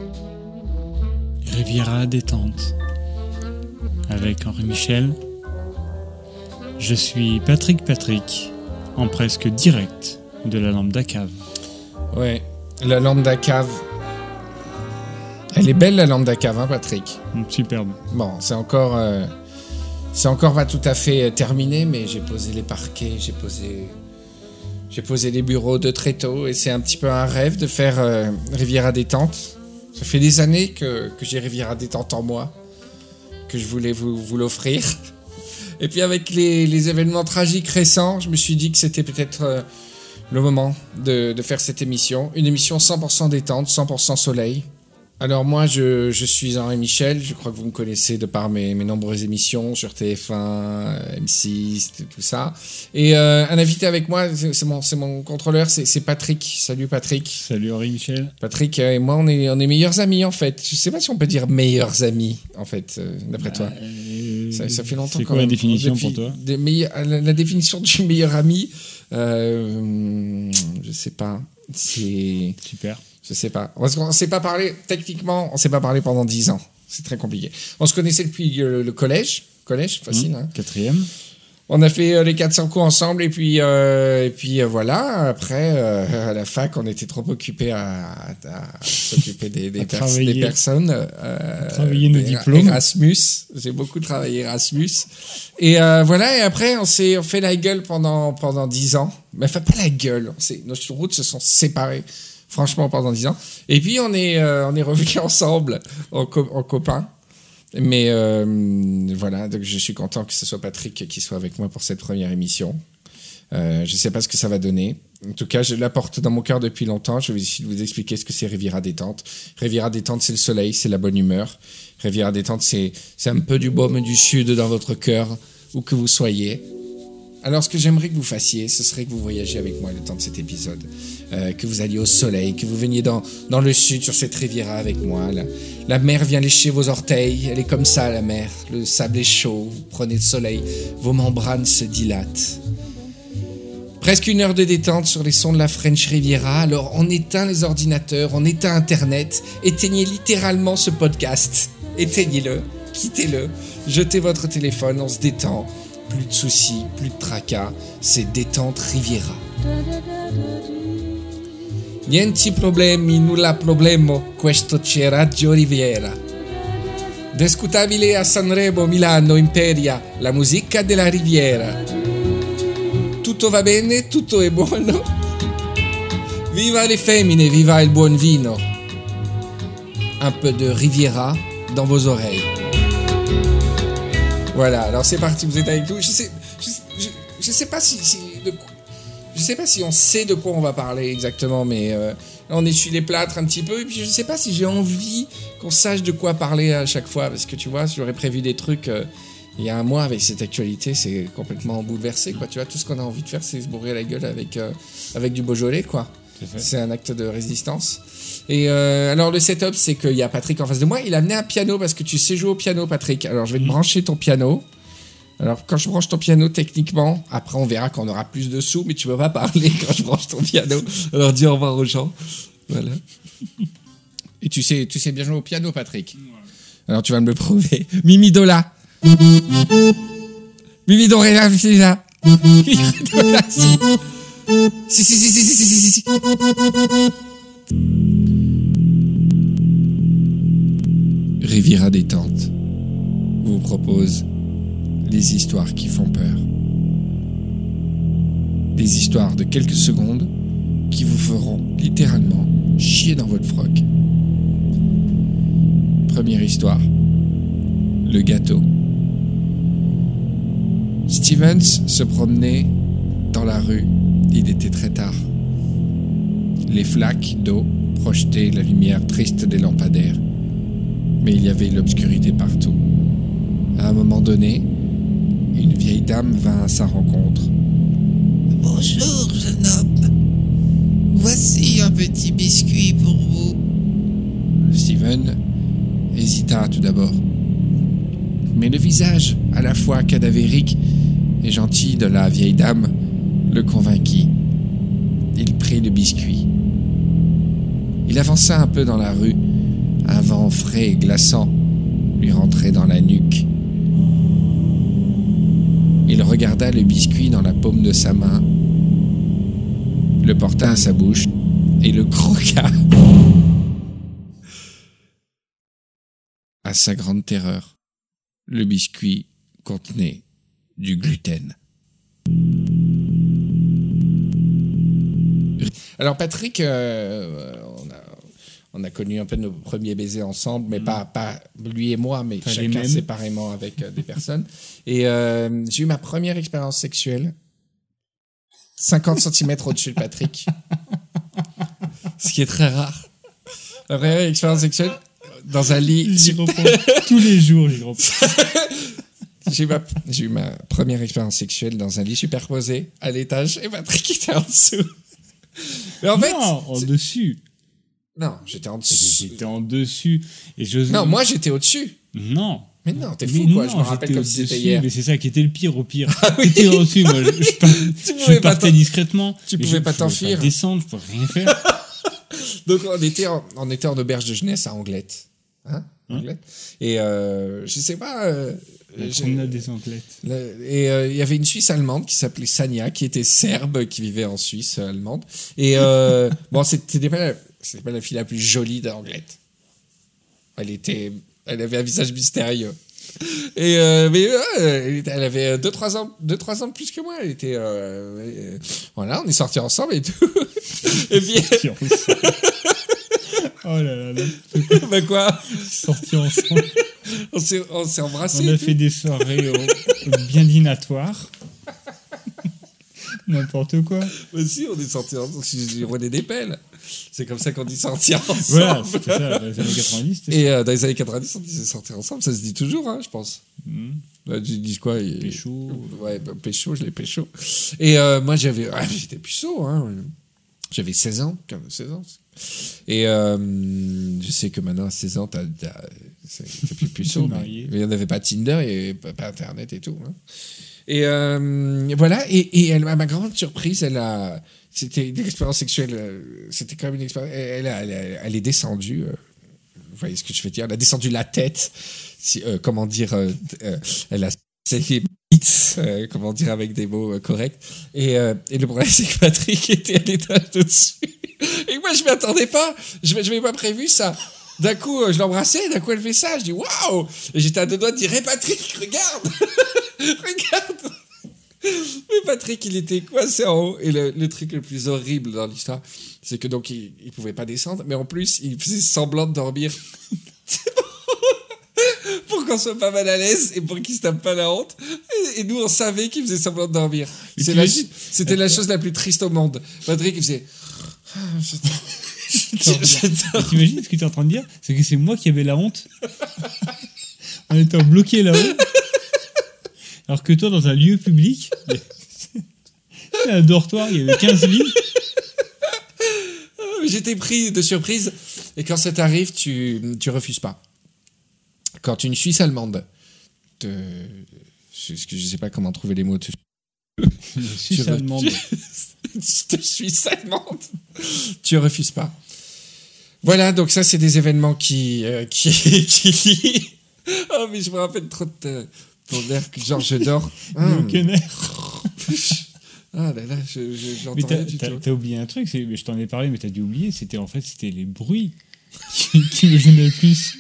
Riviera détente avec Henri Michel. Je suis Patrick, en presque direct de la Lambda Cave. Ouais, la Lambda Cave. Elle est belle la Lambda Cave, hein, Patrick? Superbe. Bon, c'est encore pas tout à fait terminé, mais j'ai posé les parquets, j'ai posé les bureaux de tréteaux, et c'est un petit peu un rêve de faire Riviera détente. Ça fait des années que j'ai Riviera détente en moi, que je voulais vous l'offrir. Et puis avec les événements tragiques récents, je me suis dit que c'était peut-être le moment de faire cette émission. Une émission 100% détente, 100% soleil. Alors moi, je suis Henri Michel, je crois que vous me connaissez de par mes nombreuses émissions sur TF1, M6, tout ça. Et un invité avec moi, c'est mon contrôleur, c'est Patrick. Salut Patrick. Salut Henri Michel. Patrick et moi, on est meilleurs amis en fait. Je sais pas si on peut dire meilleurs amis en fait, d'après toi. Ça fait longtemps. C'est quoi la définition pour toi? La définition du meilleur ami, je sais pas. C'est super. Je sais pas. Parce qu'on s'est pas parlé, techniquement, on s'est pas parlé pendant 10 ans. C'est très compliqué. On se connaissait depuis le collège. Collège, facile. Hein. 4e. On a fait les 400 coups ensemble et puis voilà. Après, à la fac, on était trop occupés à s'occuper des personnes. Travailler nos diplômes. Erasmus. J'ai beaucoup travaillé Erasmus. Et voilà. Et après, on fait la gueule pendant 10 ans. Mais enfin, pas la gueule. Nos routes se sont séparées. Franchement, pendant 10 ans. Et puis, on est revenus ensemble en copains. Mais voilà, donc je suis content que ce soit Patrick qui soit avec moi pour cette première émission. Je ne sais pas ce que ça va donner. En tout cas, je la porte dans mon cœur depuis longtemps. Je vais essayer de vous expliquer ce que c'est Riviera détente. Riviera détente, c'est le soleil, c'est la bonne humeur. Riviera détente, c'est un peu du baume du sud dans votre cœur, où que vous soyez. Alors, ce que j'aimerais que vous fassiez, ce serait que vous voyagiez avec moi le temps de cet épisode, que vous alliez au soleil, que vous veniez dans le sud, sur cette riviera avec moi. La mer vient lécher vos orteils, elle est comme ça, la mer. Le sable est chaud, vous prenez le soleil, vos membranes se dilatent. Presque 1 heure de détente sur les sons de la French Riviera. Alors, on éteint les ordinateurs, on éteint Internet, éteignez littéralement ce podcast. Éteignez-le, quittez-le, jetez votre téléphone, on se détend. Plus de soucis, plus de tracas, c'est détente Riviera. Niente problemi, nulla problemo, questo c'è Radio Riviera. Discutabile a Sanremo, Milano, Imperia, la musica della Riviera. Tutto va bene, tutto è buono. Viva le femmine, viva il buon vino. Un peu de Riviera dans vos oreilles. Voilà, alors c'est parti, vous êtes avec nous. Je sais pas si on sait de quoi on va parler exactement, mais on essuie les plâtres un petit peu, et puis je sais pas si j'ai envie qu'on sache de quoi parler à chaque fois, parce que tu vois, j'aurais prévu des trucs il y a un mois avec cette actualité, c'est complètement bouleversé, quoi. Tu vois, tout ce qu'on a envie de faire, c'est se bourrer la gueule avec du Beaujolais, quoi. C'est un acte de résistance. Et alors le setup, c'est qu'il y a Patrick en face de moi. Il a amené un piano parce que tu sais jouer au piano, Patrick. Alors je vais te brancher ton piano. Alors quand je branche ton piano, techniquement, après on verra qu'on aura plus de sous, mais tu peux pas parler quand je branche ton piano. Alors dis au revoir aux gens. Voilà. Et tu sais bien jouer au piano, Patrick. Alors tu vas me le prouver. Mimi Dola. Mimi Dorela, c'est ça. Mimi Dola, si. Riviera détente vous propose les histoires qui font peur. Des histoires de quelques secondes qui vous feront littéralement chier dans votre froc. Première histoire. Le gâteau. Stevens se promenait dans la rue. Il était très tard. Les flaques d'eau projetaient la lumière triste des lampadaires. Mais il y avait l'obscurité partout. À un moment donné, une vieille dame vint à sa rencontre. « Bonjour, jeune homme. Voici un petit biscuit pour vous. » Steven hésita tout d'abord. Mais le visage, à la fois cadavérique et gentil de la vieille dame, le convainquit. Il prit le biscuit. Il avança un peu dans la rue, Un vent frais et glaçant lui rentrait dans la nuque. Il regarda le biscuit dans la paume de sa main, le porta à sa bouche et le croqua. À sa grande terreur, le biscuit contenait du gluten. Alors Patrick, on a connu un peu nos premiers baisers ensemble, mais pas lui et moi, mais pas chacun séparément avec des personnes. Et j'ai eu ma première expérience sexuelle 50 cm au-dessus de Patrick. Ce qui est très rare. Ma première expérience sexuelle dans un lit. J'y reprends. Tous les jours, j'y reprends. J'ai eu ma première expérience sexuelle dans un lit superposé à l'étage et Patrick était en dessous. Mais en fait, en dessus. Non, j'étais en dessous. J'étais en dessus. Et Non, moi j'étais au-dessus. Non. Mais non, t'es fou quoi, je me rappelle comme si c'était hier. Mais c'est ça qui était le pire au pire. Ah oui. T'étais au-dessus, moi je partais discrètement. Tu pouvais pas t'enfuir. Je pouvais pas descendre, je pouvais rien faire. Donc on était en auberge de jeunesse à Anglette. Anglette. Et je sais pas... La promenade des Anclettes. Et il y avait une Suisse allemande qui s'appelait Sania, qui était serbe, qui vivait en Suisse allemande. Et bon, c'était pas la fille la plus jolie d'Anglette. Elle avait un visage mystérieux. Et elle avait 2-3 ans de plus que moi. Elle était voilà, on est sortis ensemble et tout. Et puis oh là là. Bah quoi? Sortis ensemble. On s'est embrassés. On a fait des soirées bien dînatoires. N'importe quoi. Mais si, on est sortis ensemble. J'ai rodé des pelles. C'est comme ça qu'on dit sortir ensemble. Voilà, c'était ça, dans les années 90. Et dans les années 90, on disait sortir ensemble. Ça se dit toujours, hein, je pense. Là, tu dis quoi? Pécho. Ouais, pécho, je l'ai pécho. Et moi, j'étais puceau, hein. J'avais 16 ans. Et je sais que maintenant, à 16 ans, t'es plus puceau. Mais il n'y en avait pas Tinder, il n'y avait pas Internet et tout. Hein. Et voilà. Et elle, à ma grande surprise, c'était une expérience sexuelle. C'était quand même une expérience. Elle est descendue. Vous voyez ce que je veux dire? Elle a descendu la tête. Comment dire? Elle a essayé comment dire avec des mots corrects. Et le problème, c'est que Patrick était à l'étage au-dessus. Et moi, je m'y attendais pas. Je m'avais pas prévu ça. D'un coup, je l'embrassais, d'un coup, elle fait ça. Je dis waouh! Et j'étais à deux doigts de dire hey, Patrick, regarde! Regarde! Mais Patrick, il était coincé en haut. Et le truc le plus horrible dans l'histoire, c'est que donc, il pouvait pas descendre. Mais en plus, il faisait semblant de dormir. Pour qu'on soit pas mal à l'aise et pour qu'il se tape pas la honte. Et nous, on savait qu'il faisait semblant de dormir. C'était la chose la plus triste au monde. Patrick, il faisait... T'imagines ce que tu es en train de dire? C'est que c'est moi qui avais la honte en étant bloqué là-haut. Alors que toi, dans un lieu public, c'est un dortoir, il y avait 15 lits. J'étais pris de surprise. Et quand ça t'arrive, tu refuses pas. Quand une Suisse allemande je sais pas comment trouver les mots. Suisse allemande. Suisse allemande. Tu refuses pas. Voilà, donc ça, c'est des événements qui oh, mais je me rappelle trop de ton air, genre je dors. Aucun air. Ah là là, j'entends du tout. T'as oublié un truc, je t'en ai parlé, mais t'as dû oublier, c'était les bruits qui me gênaient le plus.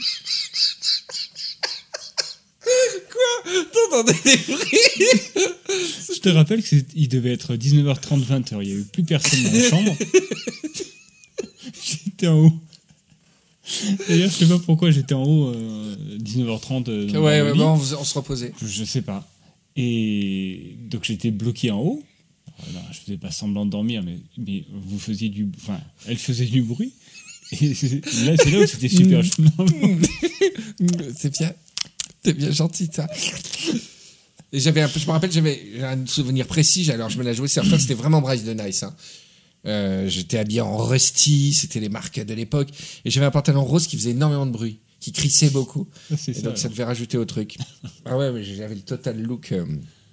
Quoi? T'entendais des bruits? Je te rappelle qu'il devait être 19h30, 20h. Il n'y avait plus personne dans la chambre. J'étais en haut. D'ailleurs, je sais pas pourquoi j'étais en haut 19h30. Ouais, bon, on se reposait. Je sais pas. Et donc j'étais bloqué en haut. Alors, je faisais pas semblant de dormir, mais vous faisiez elle faisait du bruit. Et c'est là où c'était super. C'est bien. T'es bien gentil, ça. Et je me rappelle, j'avais un souvenir précis. Alors, je me la jouais surfer. C'était vraiment Bryce de Nice. Hein. J'étais habillé en Rusty. C'était les marques de l'époque. Et j'avais un pantalon rose qui faisait énormément de bruit, qui crissait beaucoup. Donc, ça devait rajouter au truc. Ah ouais, mais j'avais le total look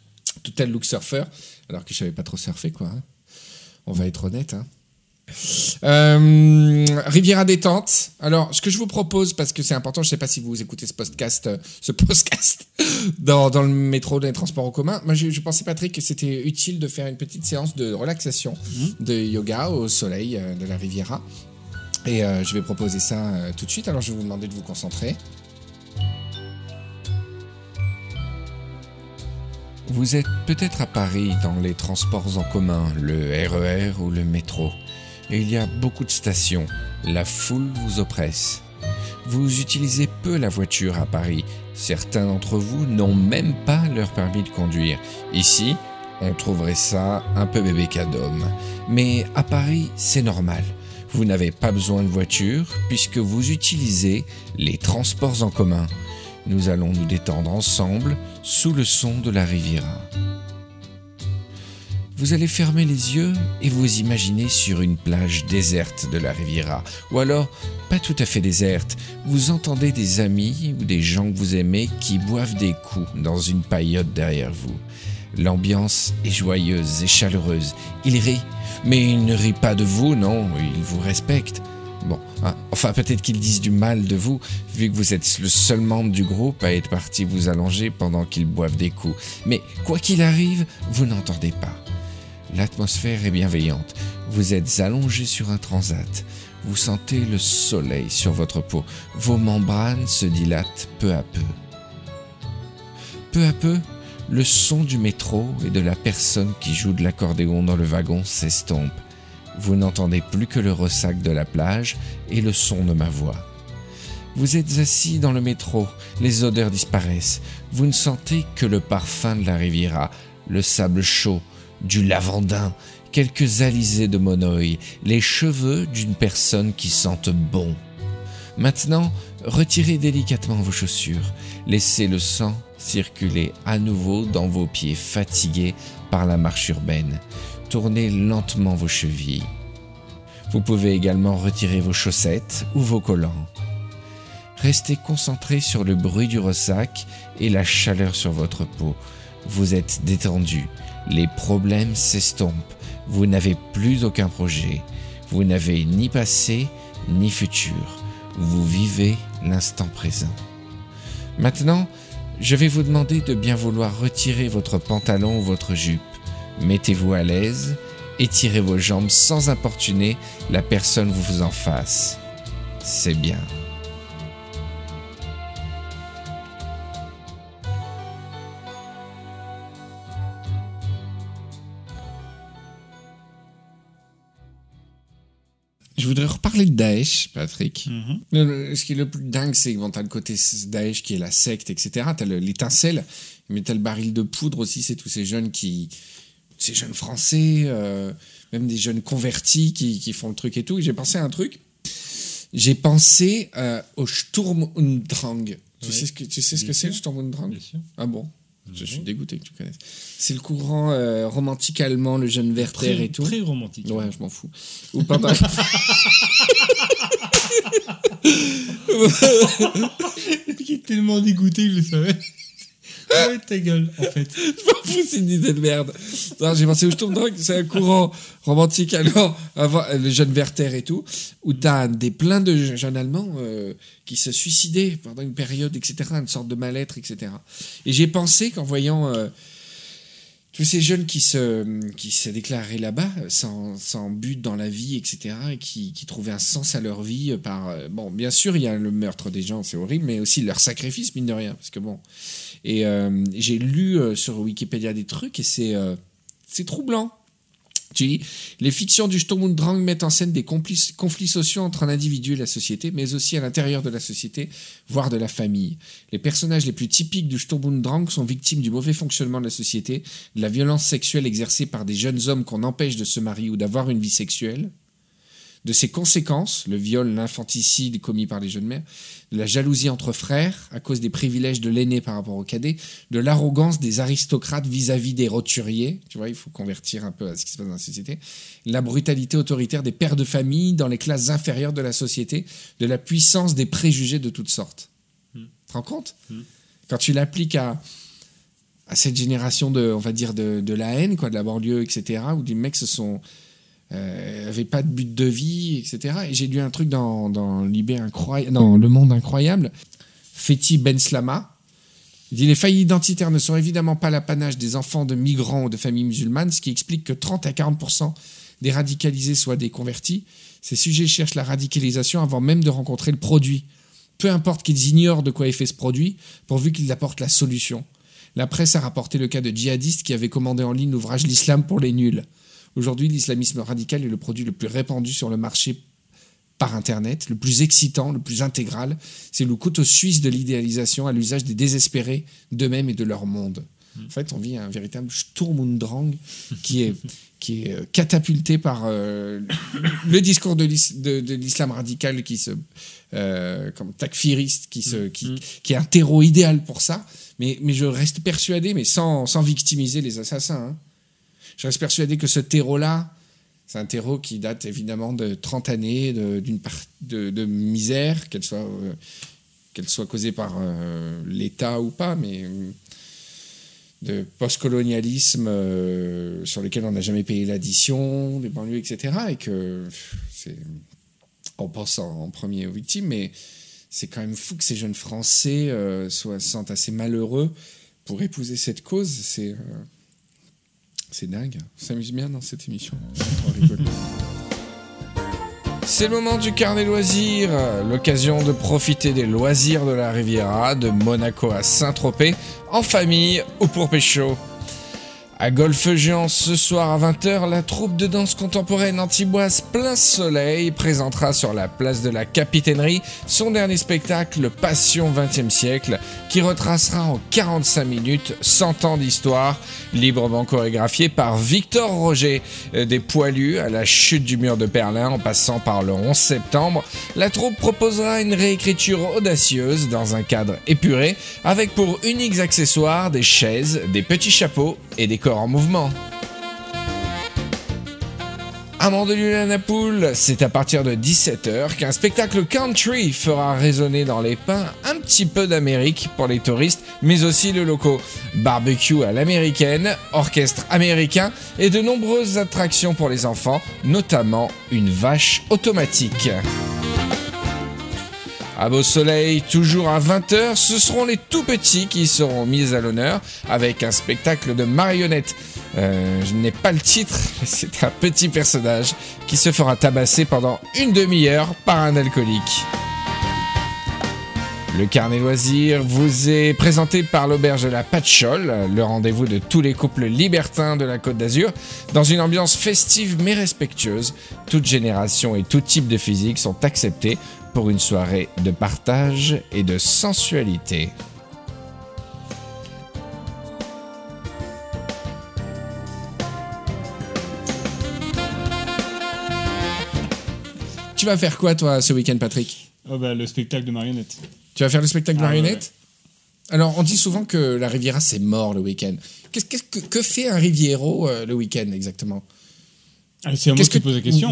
surfeur. Alors que je savais pas trop surfer, quoi. Hein. On va être honnête. Hein. Riviera détente. Alors, ce que je vous propose, parce que c'est important, je sais pas si vous écoutez ce podcast dans le métro, dans les transports en commun. Moi, je pensais, Patrick, que c'était utile de faire une petite séance de relaxation, de yoga au soleil de la Riviera. Et je vais proposer ça tout de suite. Alors, je vais vous demander de vous concentrer. Vous êtes peut-être à Paris dans les transports en commun, le RER ou le métro. Et il y a beaucoup de stations. La foule vous oppresse. Vous utilisez peu la voiture à Paris. Certains d'entre vous n'ont même pas leur permis de conduire. Ici, on trouverait ça un peu bébé d'homme. Mais à Paris, c'est normal. Vous n'avez pas besoin de voiture puisque vous utilisez les transports en commun. Nous allons nous détendre ensemble sous le son de la Riviera. Vous allez fermer les yeux et vous imaginer sur une plage déserte de la Riviera, ou alors pas tout à fait déserte. Vous entendez des amis ou des gens que vous aimez qui boivent des coups dans une paillote derrière vous. L'ambiance est joyeuse et chaleureuse. Ils rient, mais ils ne rient pas de vous, non, ils vous respectent. Bon, enfin peut-être qu'ils disent du mal de vous, vu que vous êtes le seul membre du groupe à être parti vous allonger pendant qu'ils boivent des coups. Mais quoi qu'il arrive, vous n'entendez pas. L'atmosphère est bienveillante. Vous êtes allongé sur un transat. Vous sentez le soleil sur votre peau. Vos membranes se dilatent peu à peu. Peu à peu, le son du métro et de la personne qui joue de l'accordéon dans le wagon s'estompe. Vous n'entendez plus que le ressac de la plage et le son de ma voix. Vous êtes assis dans le métro, les odeurs disparaissent. Vous ne sentez que le parfum de la Riviera, le sable chaud, du lavandin, quelques alizés de monoï, les cheveux d'une personne qui sente bon. Maintenant, retirez délicatement vos chaussures. Laissez le sang circuler à nouveau dans vos pieds fatigués par la marche urbaine. Tournez lentement vos chevilles. Vous pouvez également retirer vos chaussettes ou vos collants. Restez concentré sur le bruit du ressac et la chaleur sur votre peau. Vous êtes détendu. Les problèmes s'estompent. Vous n'avez plus aucun projet. Vous n'avez ni passé ni futur. Vous vivez l'instant présent. Maintenant, je vais vous demander de bien vouloir retirer votre pantalon ou votre jupe. Mettez-vous à l'aise, étirez vos jambes sans importuner la personne vous en face. C'est bien. Je voudrais reparler de Daesh, Patrick. Ce qui est le plus dingue, c'est que bon, t'as le côté Daesh qui est la secte, etc. T'as l'étincelle, mais t'as le baril de poudre aussi, c'est tous ces jeunes français, même des jeunes convertis qui font le truc et tout. Et j'ai pensé à un truc. J'ai pensé au Sturm und Drang. Tu sais ce que c'est, le Sturm und Drang? Bien sûr. Ah bon? Je suis dégoûté que tu connaisses. C'est le courant romantique allemand, le jeune Werther et tout. Très romantique. Ouais, je m'en fous. Ou pendant... Il est tellement dégoûté, je le savais. Ouais, ta gueule, en fait. Je m'en fous, c'est une idée de merde. Non, j'ai pensé au Sturmdrang, c'est un courant romantique alors, avant le jeune Werther et tout, où t'as plein de jeunes Allemands qui se suicidaient pendant une période, etc., une sorte de mal-être, etc. Et j'ai pensé qu'en voyant tous ces jeunes qui se déclaraient là-bas, sans but dans la vie, etc., et qui trouvaient un sens à leur vie par... bon, bien sûr, il y a le meurtre des gens, c'est horrible, mais aussi leur sacrifice, mine de rien, parce que bon... Et j'ai lu sur Wikipédia des trucs et c'est troublant. Tu dis, les fictions du Sturm und Drang mettent en scène des conflits sociaux entre un individu et la société, mais aussi à l'intérieur de la société, voire de la famille. Les personnages les plus typiques du Sturm und Drang sont victimes du mauvais fonctionnement de la société, de la violence sexuelle exercée par des jeunes hommes qu'on empêche de se marier ou d'avoir une vie sexuelle, de ses conséquences, le viol, l'infanticide commis par les jeunes mères, de la jalousie entre frères à cause des privilèges de l'aîné par rapport au cadet, de l'arrogance des aristocrates vis-à-vis des roturiers, tu vois, il faut convertir un peu à ce qui se passe dans la société, la brutalité autoritaire des pères de famille dans les classes inférieures de la société, de la puissance des préjugés de toutes sortes. Tu te rends compte ? Quand tu l'appliques à cette génération de, on va dire, de la haine, quoi, de la banlieue, etc., où des mecs se sont avait pas de but de vie, etc. Et j'ai lu un truc dans Le Monde Incroyable. Fethi Benslama, il dit: les failles identitaires ne sont évidemment pas l'apanage des enfants de migrants ou de familles musulmanes, ce qui explique que 30 à 40% des radicalisés soient des convertis. Ces sujets cherchent la radicalisation avant même de rencontrer le produit. Peu importe qu'ils ignorent de quoi est fait ce produit, pourvu qu'ils apportent la solution. La presse a rapporté le cas de djihadistes qui avaient commandé en ligne l'ouvrage L'Islam pour les nuls. Aujourd'hui, l'islamisme radical est le produit le plus répandu sur le marché par Internet, le plus excitant, le plus intégral. C'est le couteau suisse de l'idéalisation à l'usage des désespérés d'eux-mêmes et de leur monde. En fait, on vit un véritable Sturm und Drang qui est catapulté par le discours de l'islam radical comme takfiriste, qui est un terreau idéal pour ça. Mais je reste persuadé, mais sans victimiser les assassins, hein. Je reste persuadé que ce terreau-là, c'est un terreau qui date évidemment de 30 années de misère, qu'elle soit causée par l'État ou pas, mais de post-colonialisme sur lequel on n'a jamais payé l'addition, des banlieues, etc. Et que on pense en premier aux victimes, mais c'est quand même fou que ces jeunes Français se sentent assez malheureux pour épouser cette cause. C'est dingue. On s'amuse bien dans cette émission. On rigole. C'est le moment du carnet loisirs, l'occasion de profiter des loisirs de la Riviera, de Monaco à Saint-Tropez, en famille ou pour pécho. À Golfe Géant, ce soir à 20h, la troupe de danse contemporaine antiboise Plein Soleil présentera sur la place de la Capitainerie son dernier spectacle Passion 20e siècle, qui retracera en 45 minutes 100 ans d'histoire, librement chorégraphié par Victor Roger. Des Poilus à la chute du mur de Berlin en passant par le 11 septembre, la troupe proposera une réécriture audacieuse dans un cadre épuré, avec pour uniques accessoires des chaises, des petits chapeaux et des corps en mouvement. À Mandelieu-la-Napoule, c'est à partir de 17h qu'un spectacle country fera résonner dans les pins un petit peu d'Amérique pour les touristes, mais aussi les locaux. Barbecue à l'américaine, orchestre américain et de nombreuses attractions pour les enfants, notamment une vache automatique. À Beau Soleil, toujours à 20h, ce seront les tout petits qui seront mis à l'honneur avec un spectacle de marionnettes. Je n'ai pas le titre, mais c'est un petit personnage qui se fera tabasser pendant une demi-heure par un alcoolique. Le carnet loisirs vous est présenté par l'auberge de la Patchole, le rendez-vous de tous les couples libertins de la Côte d'Azur, dans une ambiance festive mais respectueuse. Toute génération et tout type de physique sont acceptés pour une soirée de partage et de sensualité. Tu vas faire quoi, toi, ce week-end, Patrick ? Le spectacle de marionnettes. Tu vas faire le spectacle de marionnettes ? Ouais. Alors, on dit souvent que la Riviera, c'est mort le week-end. Que fait un Riviero le week-end, exactement ? C'est à moi qui pose la question.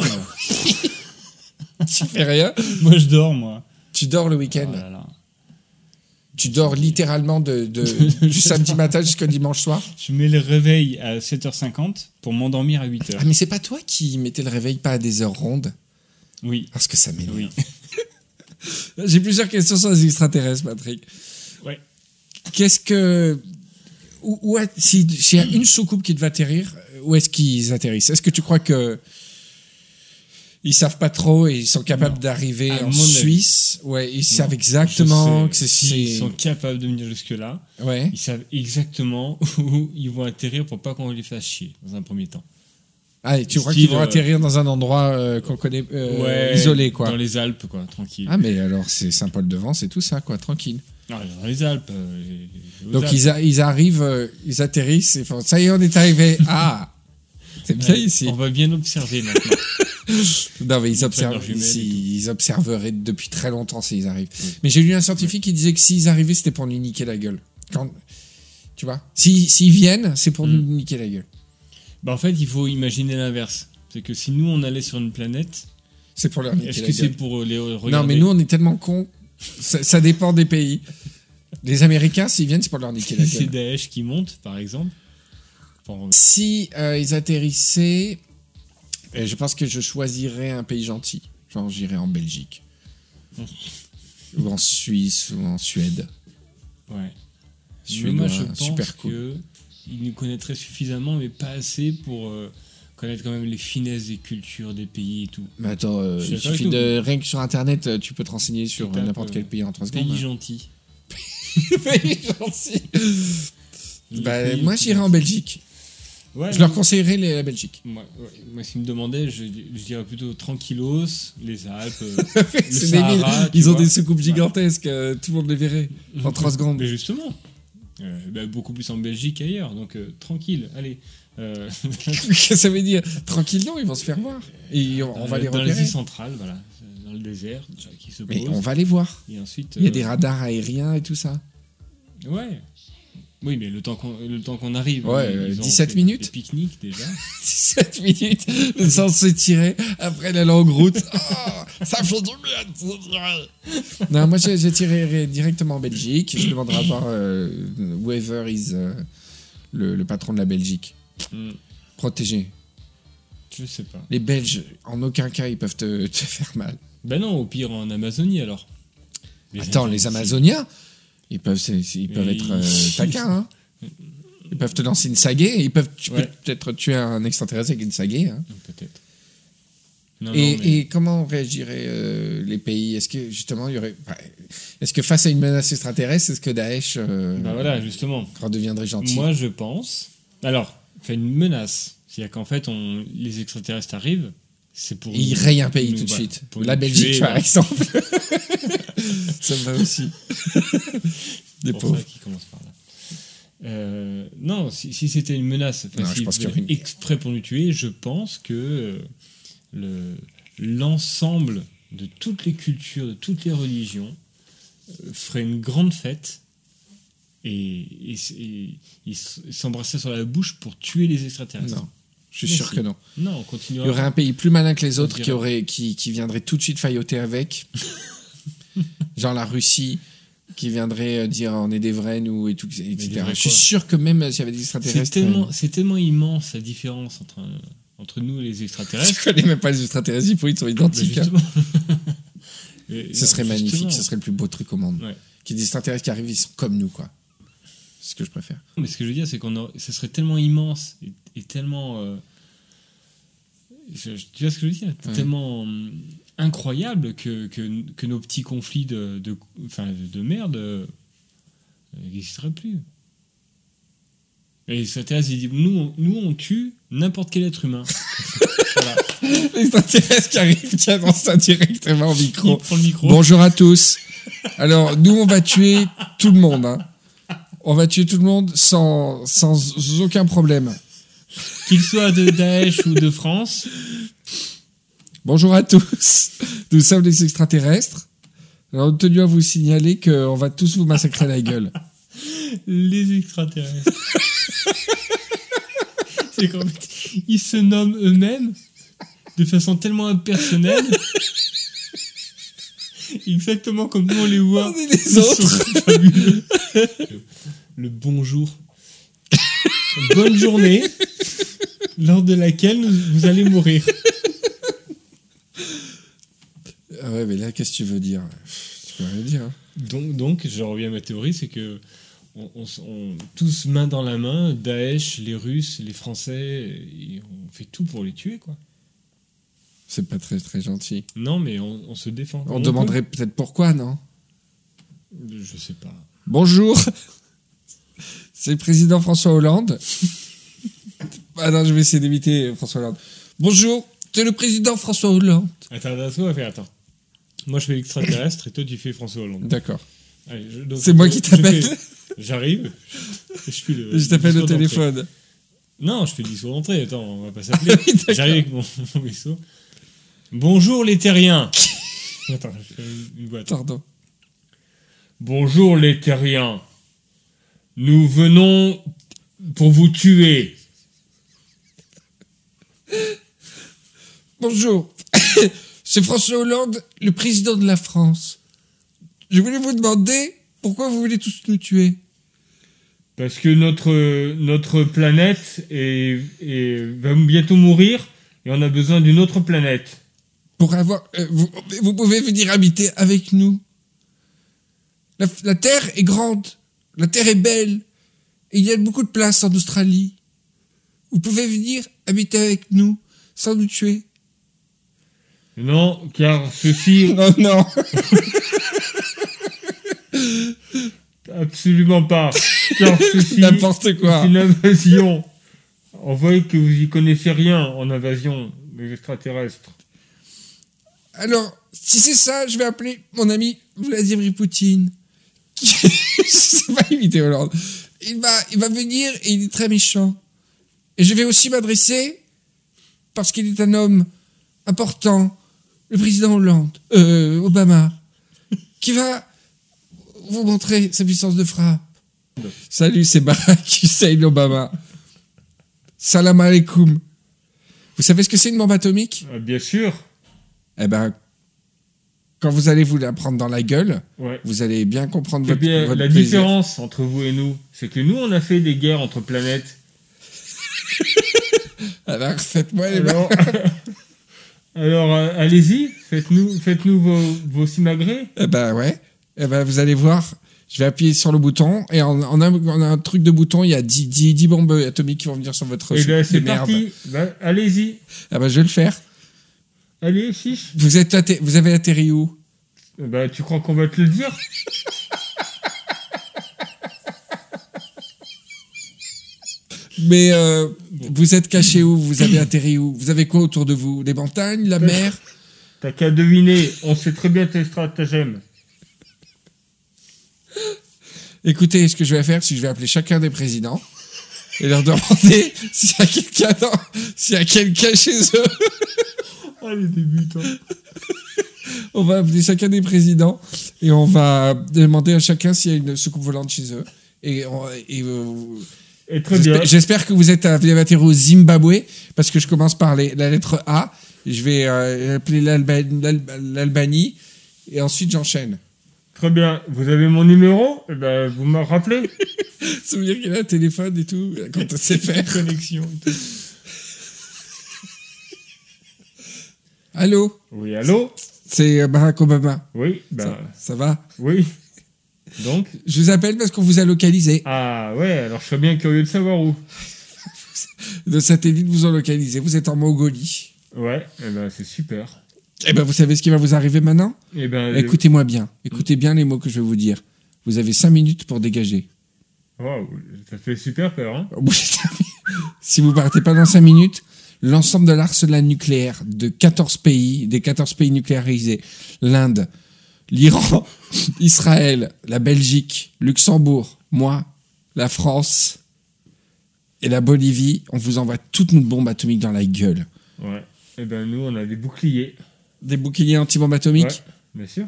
Tu fais rien ? Moi, je dors, moi. Tu dors le week-end ? Oh là là. Tu dors littéralement du samedi matin jusqu'au dimanche soir ? Je mets le réveil à 7h50 pour m'endormir à 8h. Ah, mais c'est pas toi qui mettais le réveil pas à des heures rondes ? Oui. Parce que ça m'énerve. Oui. J'ai plusieurs questions sur les extraterrestres, Patrick. Ouais. Qu'est-ce que... S'il y a une soucoupe qui devait atterrir, où est-ce qu'ils atterrissent ? Est-ce que tu crois que ils savent pas trop et ils sont capables d'arriver en Suisse ? Ouais, ils savent exactement que S'ils sont capables de venir jusque-là, ouais. Ils savent exactement où ils vont atterrir pour pas qu'on les fasse chier, dans un premier temps. Ah, et tu crois qu'ils vont atterrir dans un endroit qu'on connaît, isolé, quoi. Dans les Alpes, quoi, tranquille. Ah, mais alors, c'est Saint-Paul-de-Vence, c'est tout ça, quoi, tranquille. Non, dans les Alpes. Donc, ils arrivent, ils atterrissent, et ça y est, on est arrivé. Ah, c'est bien ici. On va bien observer maintenant. Non, mais ils observeraient depuis très longtemps s'ils arrivent. Oui. Mais j'ai lu un scientifique qui disait que s'ils arrivaient, c'était pour nous niquer la gueule. Tu vois ? S'ils viennent, c'est pour nous niquer la gueule. En fait, il faut imaginer l'inverse. C'est que si nous, on allait sur une planète... C'est pour leur niquer la gueule. Est-ce que c'est pour les regarder ? Non, mais nous, on est tellement cons. Ça dépend des pays. Les Américains, s'ils viennent, c'est pour leur niquer la gueule. C'est Daesh qui monte, par exemple. Si ils atterrissaient Et je pense que je choisirais un pays gentil. Genre, j'irais en Belgique. Ou en Suisse, ou en Suède. Ouais. Suédois, Mais moi, je pense super cool. qu'il nous connaîtrait suffisamment, mais pas assez pour connaître quand même les finesses des cultures, des pays et tout. Mais attends, Je suis il d'accord suffit avec de... Rien que sur Internet, tu peux te renseigner sur Tu tapes, n'importe quel pays en 3 secondes. Pays hein. gentil. Pays gentil. Bah, Pays moi, j'irais en Belgique. Ouais, Je leur conseillerais la Belgique. Moi, s'ils me demandaient, je dirais plutôt tranquillos, les Alpes, le C'est Sahara. débile. tu Ils ont vois. des soucoupes gigantesques. Tout le monde les verrait en 3 secondes. Mais justement, beaucoup plus en Belgique qu'ailleurs, donc tranquille, allez. Qu'est-ce que ça veut dire? Tranquille, non, ils vont se faire voir. Et on va les dans repérer. l'Asie centrale, voilà, dans le désert, qui se Mais posent. on va les voir. Et ensuite, Il y a des radars aériens et tout ça. Ouais. Oui, mais le temps qu'on arrive, Ouais, ils ont 17 fait minutes. des pique-niques déjà. 17 minutes, le sang s'étirer après la longue route. Oh, ça fait du bien. Non, moi j'attirerai directement en Belgique. Je demanderai à voir whoever is le patron de la Belgique. Protégé. Je sais pas. Les Belges, en aucun cas, ils peuvent te faire mal. Ben non, au pire en Amazonie alors. Attends, les Amazoniens, ils peuvent Mais être taquins. Hein. Ils peuvent te lancer une sagaie. Tu peux peut-être tuer un extraterrestre avec une sagaie. Hein. Peut-être. Non, Et comment réagiraient les pays? Est-ce que justement il y aurait, est-ce que face à une menace extraterrestre, est-ce que Daesh bah voilà, justement. redeviendrait gentil? Moi, je pense. Alors, fait une menace. C'est-à-dire qu'en fait, les extraterrestres arrivent, c'est pour. Et ils rayent un pays nous- tout de voilà, suite. pour La nous Belgique, tuer, par voilà. exemple. Ça me va aussi. Des C'est pour pauvres. ça qu'ils commencent par là. Non, si c'était une menace, Non, je s'ils pense qu'il y aurait venaient exprès pour nous tuer, je pense que l'ensemble de toutes les cultures, de toutes les religions, ferait une grande fête et ils s'embrassaient sur la bouche pour tuer les extraterrestres. Non, je suis Mais sûr si. que non. Non, on Il continuera. y aurait un pays plus malin que les autres dirait. qui viendrait tout de suite failloter avec. Genre la Russie, qui viendrait dire on est des vrais, nous, et tout, des etc. vrais Je suis quoi sûr que même s'il y avait des extraterrestres. C'est tellement immense la différence entre nous et les Je extraterrestres. connais même pas les extraterrestres, ils sont Bah, identiques. hein. justement. Et Ce serait non, magnifique, justement. ce serait le plus beau truc au monde. Ouais. Qu'il y ait des extraterrestres qui arrivent, ils sont comme nous, quoi. C'est ce que je préfère. Mais ce que je veux dire, c'est ce serait tellement immense et tellement. Tu vois ce que je veux dire? Ouais. Tellement incroyable que nos petits conflits de merde n'existeraient plus. Et les extraterrestres, ils disent nous, on tue n'importe quel être humain. Voilà. L'extraterrestre qui arrive, qui annonce ça directement au micro. Il prend le micro. Bonjour à tous. Alors, nous, on va tuer tout le monde. Hein. On va tuer tout le monde sans aucun problème. Qu'il soit de Daesh ou de France. Bonjour à tous. Nous sommes des extraterrestres. Alors, nous tenions à vous signaler qu'on va tous vous massacrer la gueule. Les extraterrestres. C'est qu'en fait, ils se nomment eux-mêmes de façon tellement impersonnelle. Exactement comme nous on les voit. On est les Ils autres. sont fabuleux. Le bonjour. Bonne journée, lors de laquelle vous allez mourir. Ah ouais, mais là, qu'est-ce que tu veux dire? Tu peux rien dire. Hein. Donc, je reviens à ma théorie, c'est que on tous main dans la main, Daesh, les Russes, les Français, et on fait tout pour les tuer, quoi. C'est pas très, très gentil. Non, mais on se défend. On demanderait peut-être pourquoi, non? Je sais pas. Bonjour. C'est le président François Hollande. Ah non, je vais essayer d'éviter François Hollande. Bonjour, c'est le président François Hollande. Attends. Moi, je fais l'extraterrestre et toi, tu fais François Hollande. D'accord. Allez, donc, C'est moi qui t'appelle. J'arrive. Je Je t'appelle au discours d'entrée. téléphone. Non, je fais le discours d'entrée. Attends, on va pas s'appeler. Oui, d'accord. J'arrive avec mon vaisseau. Bonjour les terriens. Attends, je fais une boîte. Pardon. Bonjour les terriens. Nous venons pour vous tuer. Bonjour. C'est François Hollande, le président de la France. Je voulais vous demander pourquoi vous voulez tous nous tuer. Parce que notre planète va bientôt mourir Et on a besoin d'une autre planète. Pour avoir... vous pouvez venir habiter avec nous. La Terre est grande. La Terre est belle. Et il y a beaucoup de place en Australie. Vous pouvez venir habiter avec nous sans nous tuer. Non, car ceci... Non. Absolument pas. Car ceci N'importe quoi. est une invasion. On voit que vous y connaissez rien en invasion des extraterrestres. Alors, si c'est ça, je vais appeler mon ami Vladimir Poutine. Je sais pas imiter Hollande. Il va venir et il est très méchant. Et je vais aussi m'adresser, parce qu'il est un homme important, le président Obama, qui va vous montrer sa puissance de frappe. Salut, c'est Barack Hussein Obama. Salam alaikum. Vous savez ce que c'est une bombe atomique ? Bien sûr. Eh ben, quand vous allez vous la prendre dans la gueule, Ouais. vous allez bien comprendre Eh bien, votre la plaisir. différence entre vous et nous, c'est que nous, on a fait des guerres entre planètes. Alors, faites-moi les Alors, allez-y, faites-nous vos simagrées. Eh ben ouais. Eh ben vous allez voir. Je vais appuyer sur le bouton et on a un truc de bouton. Il y a 10 bombes atomiques qui vont venir sur votre Et ben, chute c'est de merde. parti. Ben, allez-y. Ah ben je vais le faire. Allez, chiche. Vous avez atterri où ? Ben, tu crois qu'on va te le dire ? Mais vous êtes caché où ? Vous avez atterri où ? Vous avez quoi autour de vous ? Les montagnes, la mer ? T'as qu'à deviner. On sait très bien tes stratagèmes. Écoutez, ce que je vais faire, c'est que je vais appeler chacun des présidents et leur demander s'il y a quelqu'un chez eux. Oh, les débutants. On va appeler chacun des présidents et on va demander à chacun s'il y a une soucoupe volante chez eux. Et très bien. j'espère que vous avez atterri au Zimbabwe, parce que je commence par la lettre A. Je vais appeler l'Albanie et ensuite j'enchaîne. Très bien. Vous avez mon numéro ? Eh ben, vous me rappelez. Ça veut dire qu'il a un téléphone et tout, quand on sait faire. Connexion et tout. Allô ? Oui, allô ? C'est Barack Obama. Oui, ben, Ça va ? oui. Donc ? Je vous appelle parce qu'on vous a localisé. Ah ouais, alors je serais bien curieux de savoir où. Nos satellites vous ont localisé. Vous êtes en Mongolie. Ouais, eh ben, c'est super. Eh ben, vous savez ce qui va vous arriver maintenant ? Eh ben, Écoutez-moi bien. Écoutez bien les mots que je vais vous dire. Vous avez 5 minutes pour dégager. waouh, ça fait super peur, hein. Au bout de 5 minutes, si vous partez pas dans 5 minutes, l'ensemble de l'arsenal nucléaire de 14 pays, des 14 pays nucléarisés, l'Inde, l'Iran, Israël, la Belgique, Luxembourg, moi, la France et la Bolivie, on vous envoie toutes nos bombes atomiques dans la gueule. Ouais. Eh ben, nous, on a des boucliers. Des boucliers anti-bombes atomiques. Ouais, bien sûr.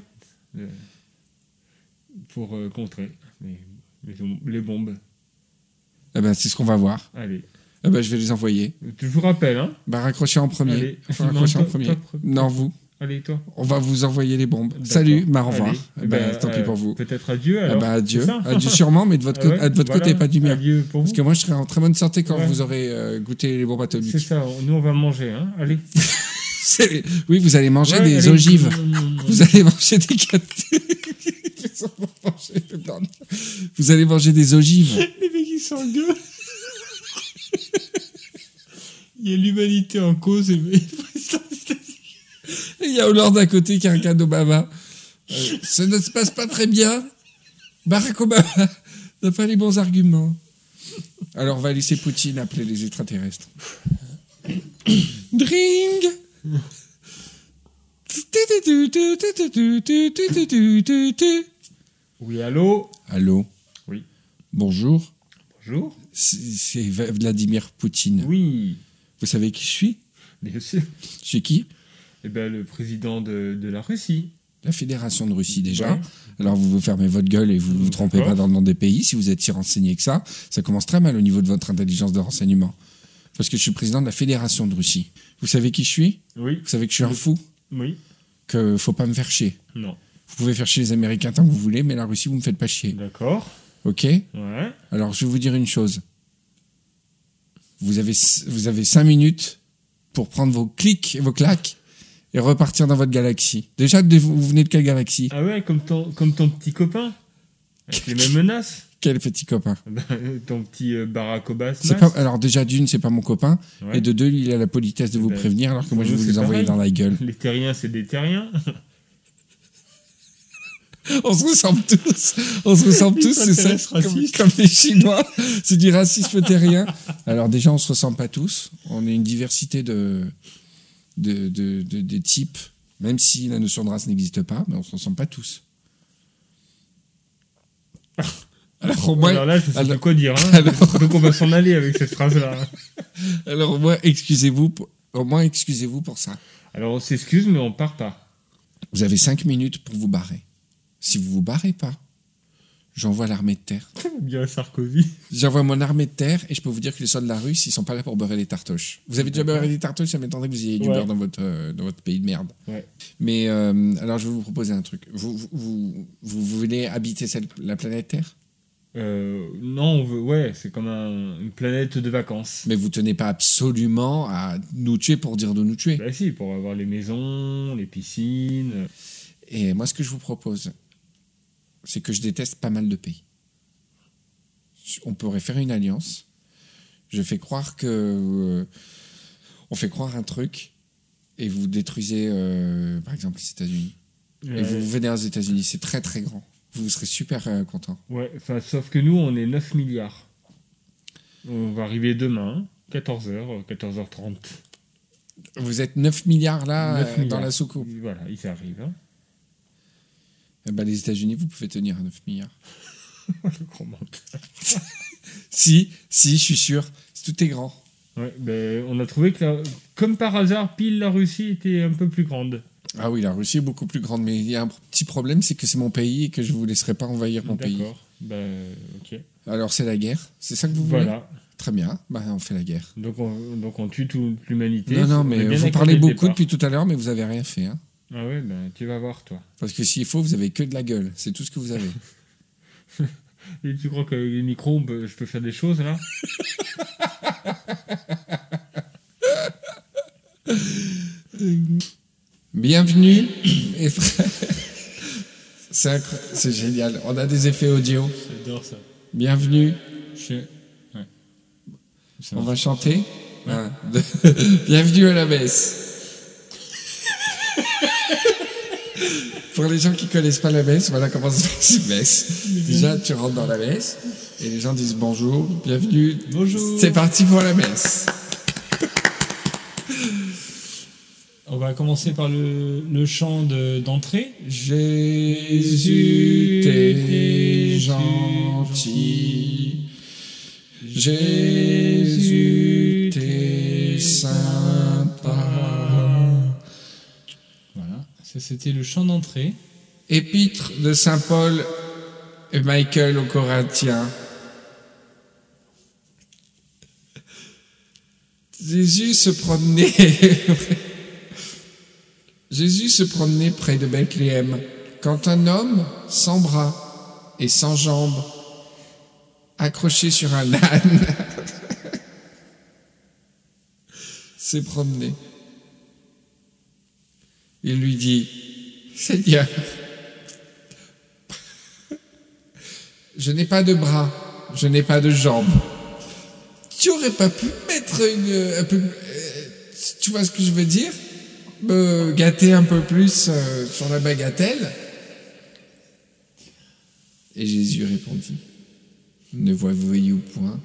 Pour contrer les bombes. Eh ben, c'est ce qu'on va voir. Allez. Eh ben, je vais les envoyer. Je vous rappelle, hein. Bah, raccrochez en premier. Allez. Raccrochez en Non, premier. toi. Non, vous. Allez, toi. On va vous envoyer les bombes. D'accord. Salut, au revoir. Allez. Eh ben, tant pis pour vous. Peut-être adieu, alors. Ah bah, adieu. C'est ça Adieu sûrement, mais de votre, Ah ouais, de votre voilà. côté, pas du mien. Adieu pour vous. Parce que moi, je serai en très bonne santé quand Ouais. vous aurez goûté les bombes atomiques. C'est ça, nous, on va manger, hein. Allez. Oui, vous allez manger Ouais, des allez. ogives. Vous allez manger des Vous allez manger des ogives. Les mecs, ils s'engueulent. Il y a l'humanité en cause et le président des États-Unis. Et il y a Hollande à côté qui a un cadeau d'Obama. Ça ne se passe pas très bien. Barack Obama n'a pas les bons arguments. Alors on va laisser Poutine appeler les extraterrestres. Dring. Oui, allô. Allô. Oui. Bonjour. Bonjour. C'est Vladimir Poutine. Oui, Vous savez qui je suis ? bien sûr. Je suis qui ? Eh ben, le président de la Russie. La Fédération de Russie déjà. Ouais. Alors vous vous fermez votre gueule et vous ne vous trompez D'accord. pas dans le nom des pays. Si vous êtes si renseigné que ça commence très mal au niveau de votre intelligence de renseignement. Parce que je suis président de la Fédération de Russie. Vous savez qui je suis ? Oui, Vous savez que je suis un fou ? oui, Que faut pas me faire chier. non. Vous pouvez faire chier les Américains tant que vous voulez, mais la Russie, vous me faites pas chier. D'accord. Ok ? Ouais. Alors je vais vous dire une chose. Vous avez 5 minutes pour prendre vos clics et vos claques et repartir dans votre galaxie. Déjà, vous venez de quelle galaxie? Ah ouais, comme ton petit copain. Avec les mêmes menaces. Quel petit copain? Ton petit Barack Obama. Alors déjà, d'une, c'est pas mon copain. Ouais. Et de deux, il a la politesse de vous prévenir alors que moi, je vais vous les envoyer dans la gueule. Les terriens, c'est des terriens. On se ressemble tous, c'est ça, comme les Chinois, c'est du racisme terrien. Alors déjà, on se ressemble pas tous, on est une diversité de types, même si la notion de race n'existe pas, mais on se ressemble pas tous. Alors là, je sais plus quoi dire, hein. Donc on va s'en aller avec cette phrase-là. Alors au moins, excusez-vous pour ça. Alors on s'excuse, mais on part pas. Vous avez 5 minutes pour vous barrer. Si vous vous barrez pas, j'envoie l'armée de terre. Bien Sarkozy. J'envoie mon armée de terre et je peux vous dire que les soldats russes, ils sont pas là pour beurrer les tartoches. Vous avez déjà beurré des tartoches, ça m'étonnerait que vous ayez du beurre dans votre pays de merde. Ouais. Mais alors je vais vous proposer un truc. Vous voulez habiter la planète Terre? Non, on veut. Ouais, c'est comme une planète de vacances. Mais vous tenez pas absolument à nous tuer pour dire de nous tuer. Bah si, pour avoir les maisons, les piscines. Et moi, ce que je vous propose, c'est que je déteste pas mal de pays. On pourrait faire une alliance. Je fais croire que... on fait croire un truc et vous détruisez, par exemple, les États-Unis. Et vous venez aux États-Unis. C'est très, très grand. Vous serez super content. Ouais, sauf que nous, on est 9 milliards. On va arriver demain, 14h, 14h30. Vous êtes 9 milliards là, 9 milliards. dans la soucoupe. Voilà, ils arrivent. Hein. Eh ben, les États-Unis, vous pouvez tenir à 9 milliards. Le grand menteur. Si, je suis sûr. Tout est grand. Ouais, ben, on a trouvé que, comme par hasard, pile la Russie était un peu plus grande. Ah oui, la Russie est beaucoup plus grande, mais il y a un petit problème, c'est que c'est mon pays et que je ne vous laisserai pas envahir mon pays. D'accord, ben, ok. Alors c'est la guerre, c'est ça que vous voulez? Voilà. Très bien, on fait la guerre. Donc on tue toute l'humanité. Non, mais vous parlez beaucoup depuis tout à l'heure, mais vous n'avez rien fait. Hein. Ah ouais, ben tu vas voir, toi. Parce que s'il faut, vous avez que de la gueule, c'est tout ce que vous avez. Et tu crois qu'avec les micros, je peux faire des choses, là? Bienvenue, et frère. C'est génial, on a des effets audio. J'adore ça. Bienvenue. Ouais. On va chanter. Ouais. Bienvenue à la messe. Pour les gens qui connaissent pas la messe, voilà comment ça se passe une messe. Déjà, tu rentres dans la messe et les gens disent bonjour, bienvenue. Bonjour. C'est parti pour la messe. On va commencer par le chant d'entrée. Jésus, t'es gentil. Jésus, t'es sympa. Voilà, ça c'était le chant d'entrée. Épître de Saint Paul et Michael aux Corinthiens. Jésus se promenait près de Bethléem quand un homme sans bras et sans jambes, accroché sur un âne, s'est promené. Il lui dit: Seigneur, je n'ai pas de bras, je n'ai pas de jambes. Tu aurais pas pu mettre un peu, tu vois ce que je veux dire? Me gâter un peu plus sur la bagatelle. Et Jésus répondit: ne voyez-vous point?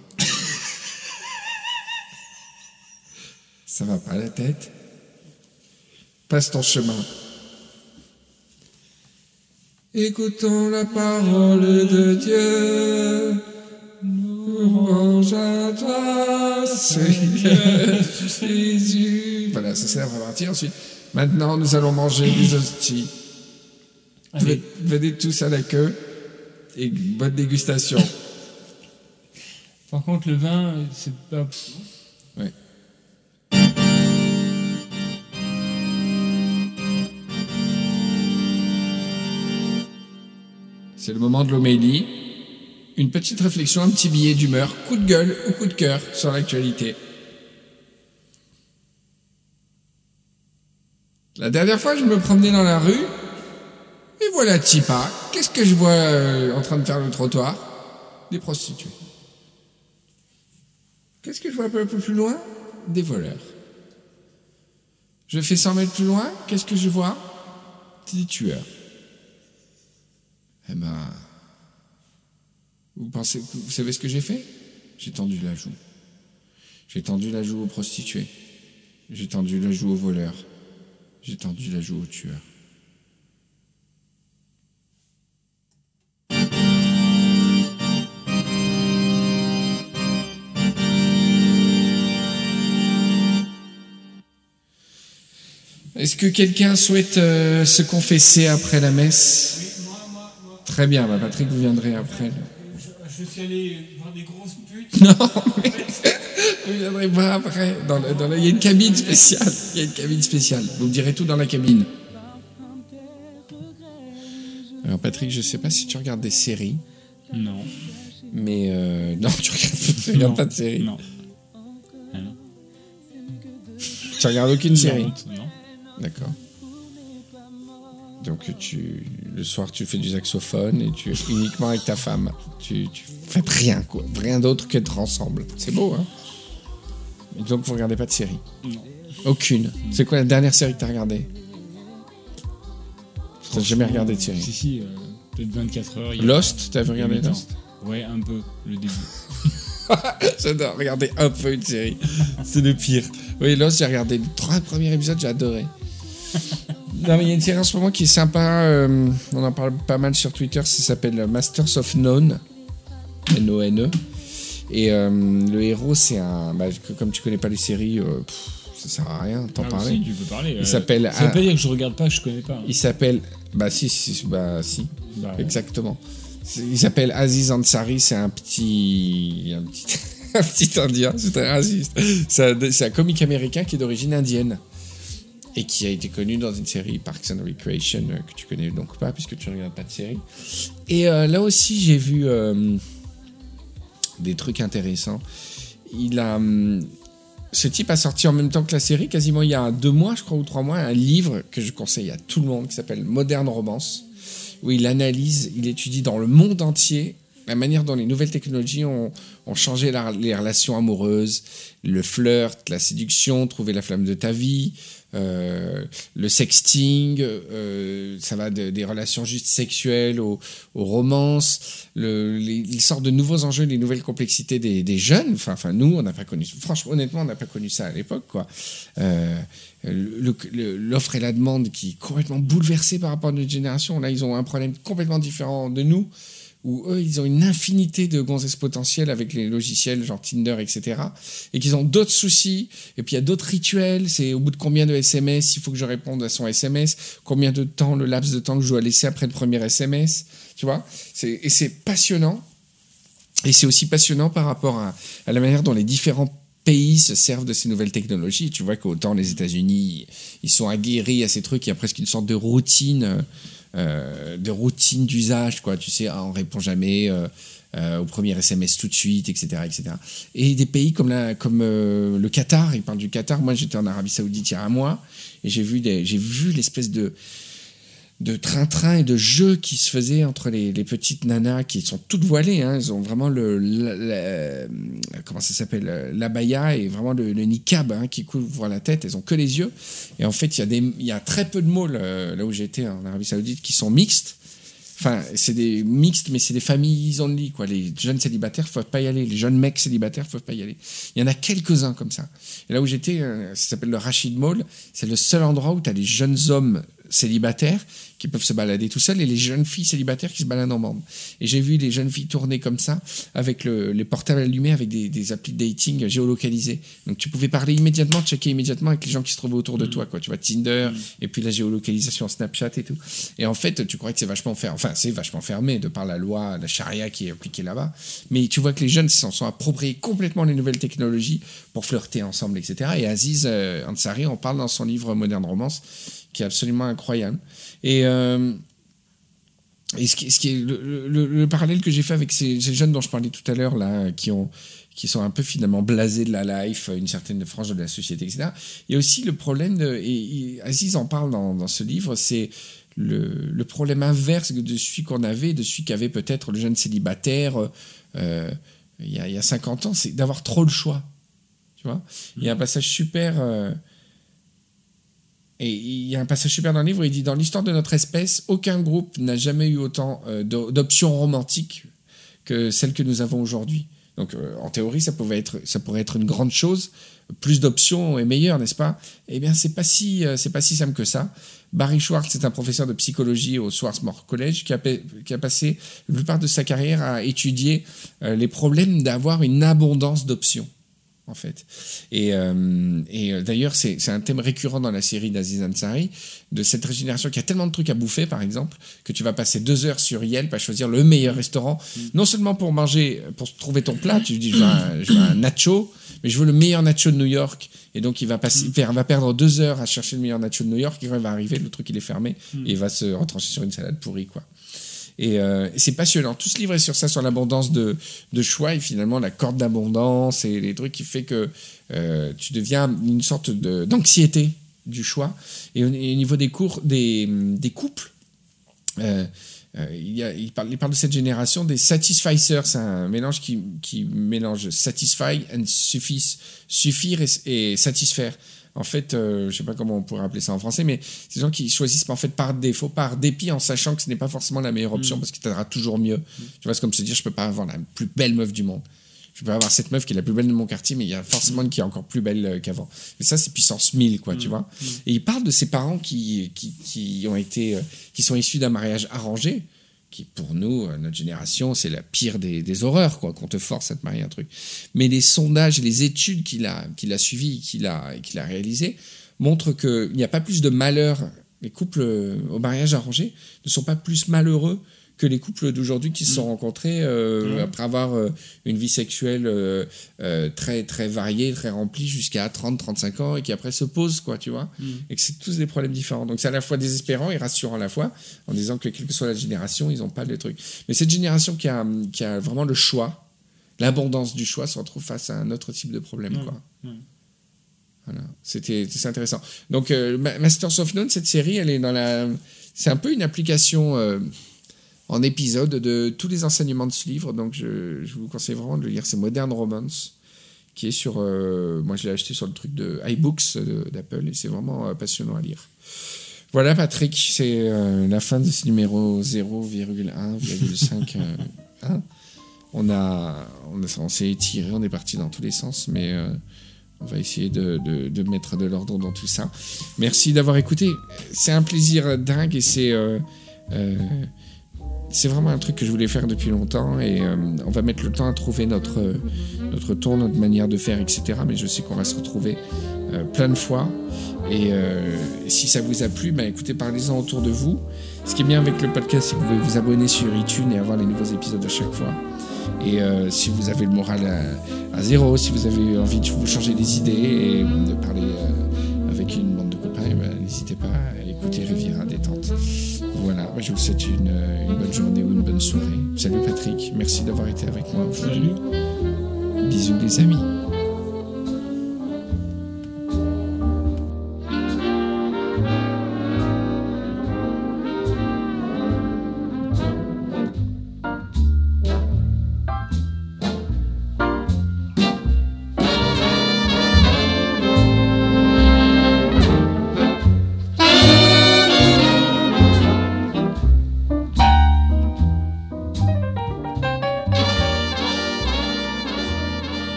Ça va pas la tête? Passe ton chemin. Écoutons la parole de Dieu. Louange à toi, Seigneur Jésus. Voilà, ça c'est la première partie. Ensuite, maintenant, nous allons manger des hosties. Venez tous à la queue et bonne dégustation. Par contre, le vin, c'est pas... Ouais. C'est le moment de l'homélie. Une petite réflexion, un petit billet d'humeur, coup de gueule ou coup de cœur sur l'actualité. La dernière fois, je me promenais dans la rue, et voilà Tsipa. Qu'est-ce que je vois en train de faire le trottoir? Des prostituées. Qu'est-ce que je vois un peu plus loin? Des voleurs. Je fais 100 mètres plus loin, qu'est-ce que je vois? Des tueurs. Eh ben, vous savez ce que j'ai fait? J'ai tendu la joue. J'ai tendu la joue aux prostituées. J'ai tendu la joue aux voleurs. J'ai tendu la joue aux tueurs. Est-ce que quelqu'un souhaite se confesser après la messe? Oui, moi. Très bien, bah Patrick, vous viendrez après. Je suis allé voir des grosses putes. Non, mais vous viendrez pas après. Il y a une cabine spéciale. Vous me direz tout dans la cabine. Alors Patrick, je sais pas si tu regardes des séries. Non. Mais non, tu regardes pas de séries. Non. Ah non. Tu regardes aucune série. Non. D'accord. Donc le soir tu fais du saxophone et tu es uniquement avec ta femme. Tu faites rien quoi, rien d'autre qu'être ensemble. C'est beau hein. Et donc vous regardez pas de série? Non. Aucune. C'est quoi la dernière série que t'as regardée? T'as jamais regardé de série? Si, peut-être 24 heures. Lost, t'avais regardé Lost? Ouais, un peu, le début. J'adore regarder un peu une série. C'est le pire. Oui, Lost, j'ai regardé les 3 premiers épisodes, j'ai adoré. Non, mais il y a une série en ce moment qui est sympa. On en parle pas mal sur Twitter. Ça s'appelle Masters of None. N-O-N-E. Et le héros, c'est un. Bah, comme tu connais pas les séries, ça sert à rien, t'en parler. Si, tu peux parler. Il s'appelle. Ça veut pas dire que je regarde pas, je connais pas. Hein. Il s'appelle. Bah, si. Bah, Exactement. Il s'appelle Aziz Ansari. C'est un petit un petit Indien. C'est très raciste. C'est un comique américain qui est d'origine indienne. Et qui a été connu dans une série Parks and Recreation que tu connais donc pas puisque tu ne regardes pas de série. Et là aussi j'ai vu des trucs intéressants. Ce type a sorti en même temps que la série, quasiment il y a 2 mois je crois ou 3 mois, un livre que je conseille à tout le monde qui s'appelle Modern Romance, où il étudie dans le monde entier la manière dont les nouvelles technologies ont changé les relations amoureuses, le flirt, la séduction, trouver la flamme de ta vie, le sexting, ça va des relations juste sexuelles aux romances, il sort de nouveaux enjeux, des nouvelles complexités des jeunes. Enfin, nous, on n'a pas connu. Franchement, honnêtement, on n'a pas connu ça à l'époque, quoi. L'offre et la demande qui est complètement bouleversée par rapport à notre génération. Là, ils ont un problème complètement différent de nous, où eux, ils ont une infinité de gonzesses potentielles avec les logiciels genre Tinder, etc. Et qu'ils ont d'autres soucis. Et puis, il y a d'autres rituels. C'est au bout de combien de SMS il faut que je réponde à son SMS, combien de temps, le laps de temps que je dois laisser après le premier SMS. Tu vois? Et c'est passionnant. Et c'est aussi passionnant par rapport à la manière dont les différents pays se servent de ces nouvelles technologies. Tu vois qu'autant les États-Unis, ils sont aguerris à ces trucs. Il y a presque une sorte de routine d'usage, quoi. Tu sais, on répond jamais au premier SMS tout de suite, etc., etc. Et des pays comme le Qatar, ils parlent du Qatar. Moi, j'étais en Arabie Saoudite il y a 1 mois et j'ai vu l'espèce de train-train et de jeux qui se faisaient entre les petites nanas qui sont toutes voilées, hein. Elles ont vraiment comment ça s'appelle, l'abaya et vraiment le niqab, hein, qui couvre la tête. Elles ont que les yeux. Et en fait, il y a très peu de malls là où j'étais en Arabie Saoudite qui sont mixtes. Enfin, c'est des mixtes, mais c'est des familles only, quoi. Les jeunes célibataires ne peuvent pas y aller. Les jeunes mecs célibataires ne peuvent pas y aller. Il y en a quelques-uns comme ça. Et là où j'étais, ça s'appelle le Rashid Mall. C'est le seul endroit où tu as les jeunes hommes célibataires qui peuvent se balader tout seuls et les jeunes filles célibataires qui se baladent en bande. Et j'ai vu les jeunes filles tourner comme ça avec les portables allumés avec des applis de dating géolocalisés. Donc tu pouvais parler immédiatement, checker immédiatement avec les gens qui se trouvaient autour de toi, quoi. Tu vois, Tinder et puis la géolocalisation Snapchat et tout. Et en fait, tu crois que c'est vachement fermé. Enfin, c'est vachement fermé de par la loi, la charia qui est appliquée là-bas. Mais tu vois que les jeunes s'en sont appropriés complètement les nouvelles technologies pour flirter ensemble, etc. Et Aziz Ansari en parle dans son livre Modern Romance, qui est absolument incroyable. Et Et ce qui est le parallèle que j'ai fait avec ces jeunes dont je parlais tout à l'heure, là, qui sont un peu finalement blasés de la life, une certaine frange de la société, etc. Il y a aussi le problème, et Aziz en parle dans ce livre, c'est le problème inverse de celui qu'on avait, de celui qu'avait peut-être le jeune célibataire il y a 50 ans, c'est d'avoir trop de choix. Tu vois, il y a un passage super... Et il y a un passage super dans le livre, il dit « Dans l'histoire de notre espèce, aucun groupe n'a jamais eu autant d'options romantiques que celles que nous avons aujourd'hui. » Donc, en théorie, ça pourrait être une grande chose. Plus d'options est meilleur, n'est-ce pas? Eh bien, c'est pas si simple que ça. Barry Schwartz est un professeur de psychologie au Swarthmore College qui a passé la plupart de sa carrière à étudier les problèmes d'avoir une abondance d'options, en fait. Et d'ailleurs, c'est un thème récurrent dans la série d'Aziz Ansari, de cette génération qui a tellement de trucs à bouffer, par exemple, que tu vas passer 2 heures sur Yelp à choisir le meilleur restaurant, non seulement pour manger, pour trouver ton plat, tu dis je veux un nacho, mais je veux le meilleur nacho de New York, et donc il va perdre 2 heures à chercher le meilleur nacho de New York, et quand il va arriver, le truc il est fermé, et il va se retrancher sur une salade pourrie, quoi. Et c'est passionnant. Tout ce livre est sur ça, sur l'abondance de choix et finalement la corde d'abondance et les trucs qui fait que tu deviens une sorte d'anxiété du choix. Et au niveau des couples, il parle de cette génération des satisficers. C'est un mélange qui mélange satisfy and suffire et satisfaire. En fait, je ne sais pas comment on pourrait appeler ça en français, mais c'est des gens qui choisissent en fait par défaut, par dépit, en sachant que ce n'est pas forcément la meilleure option parce que tu auras toujours mieux. Tu vois, c'est comme se dire, je ne peux pas avoir la plus belle meuf du monde. Je peux avoir cette meuf qui est la plus belle de mon quartier, mais il y a forcément une qui est encore plus belle qu'avant. Mais ça, c'est puissance 1000, quoi, tu vois. Et il parle de ses parents qui sont issus d'un mariage arrangé, qui pour nous, notre génération, c'est la pire des horreurs, quoi, qu'on te force à te marier un truc. Mais les sondages et les études qu'il a suivies, qu'il a réalisées, montrent qu'il n'y a pas plus de malheur. Les couples au mariage arrangé ne sont pas plus malheureux que les couples d'aujourd'hui qui se sont rencontrés après avoir une vie sexuelle très, très variée, très remplie jusqu'à 30-35 ans et qui après se posent, quoi, tu vois. Et que c'est tous des problèmes différents. Donc c'est à la fois désespérant et rassurant à la fois, en disant que quelle que soit la génération, ils n'ont pas le truc. Mais cette génération qui a vraiment le choix, l'abondance du choix, se retrouve face à un autre type de problème, quoi. Voilà. C'est intéressant. Donc Masters of None, cette série, elle est c'est un peu une application... en épisode de tous les enseignements de ce livre, donc je vous conseille vraiment de le lire. C'est Modern Romance, qui est sur... moi, je l'ai acheté sur le truc de iBooks d'Apple, et c'est vraiment passionnant à lire. Voilà, Patrick, c'est la fin de ce numéro 0,1,5. On s'est étiré, on est parti dans tous les sens, mais on va essayer de mettre de l'ordre dans tout ça. Merci d'avoir écouté. C'est un plaisir dingue, et c'est vraiment un truc que je voulais faire depuis longtemps, et on va mettre le temps à trouver notre ton, notre manière de faire, etc. Mais je sais qu'on va se retrouver plein de fois, et si ça vous a plu, écoutez, parlez-en autour de vous. Ce qui est bien avec le podcast, c'est que vous pouvez vous abonner sur iTunes et avoir les nouveaux épisodes à chaque fois. Et si vous avez le moral à zéro, si vous avez envie de vous changer les idées et de parler avec une bande de copains, n'hésitez pas à écouter Riviera Détente. Voilà, je vous souhaite une bonne journée ou une bonne soirée. Salut Patrick, merci d'avoir été avec moi aujourd'hui. Bisous les amis.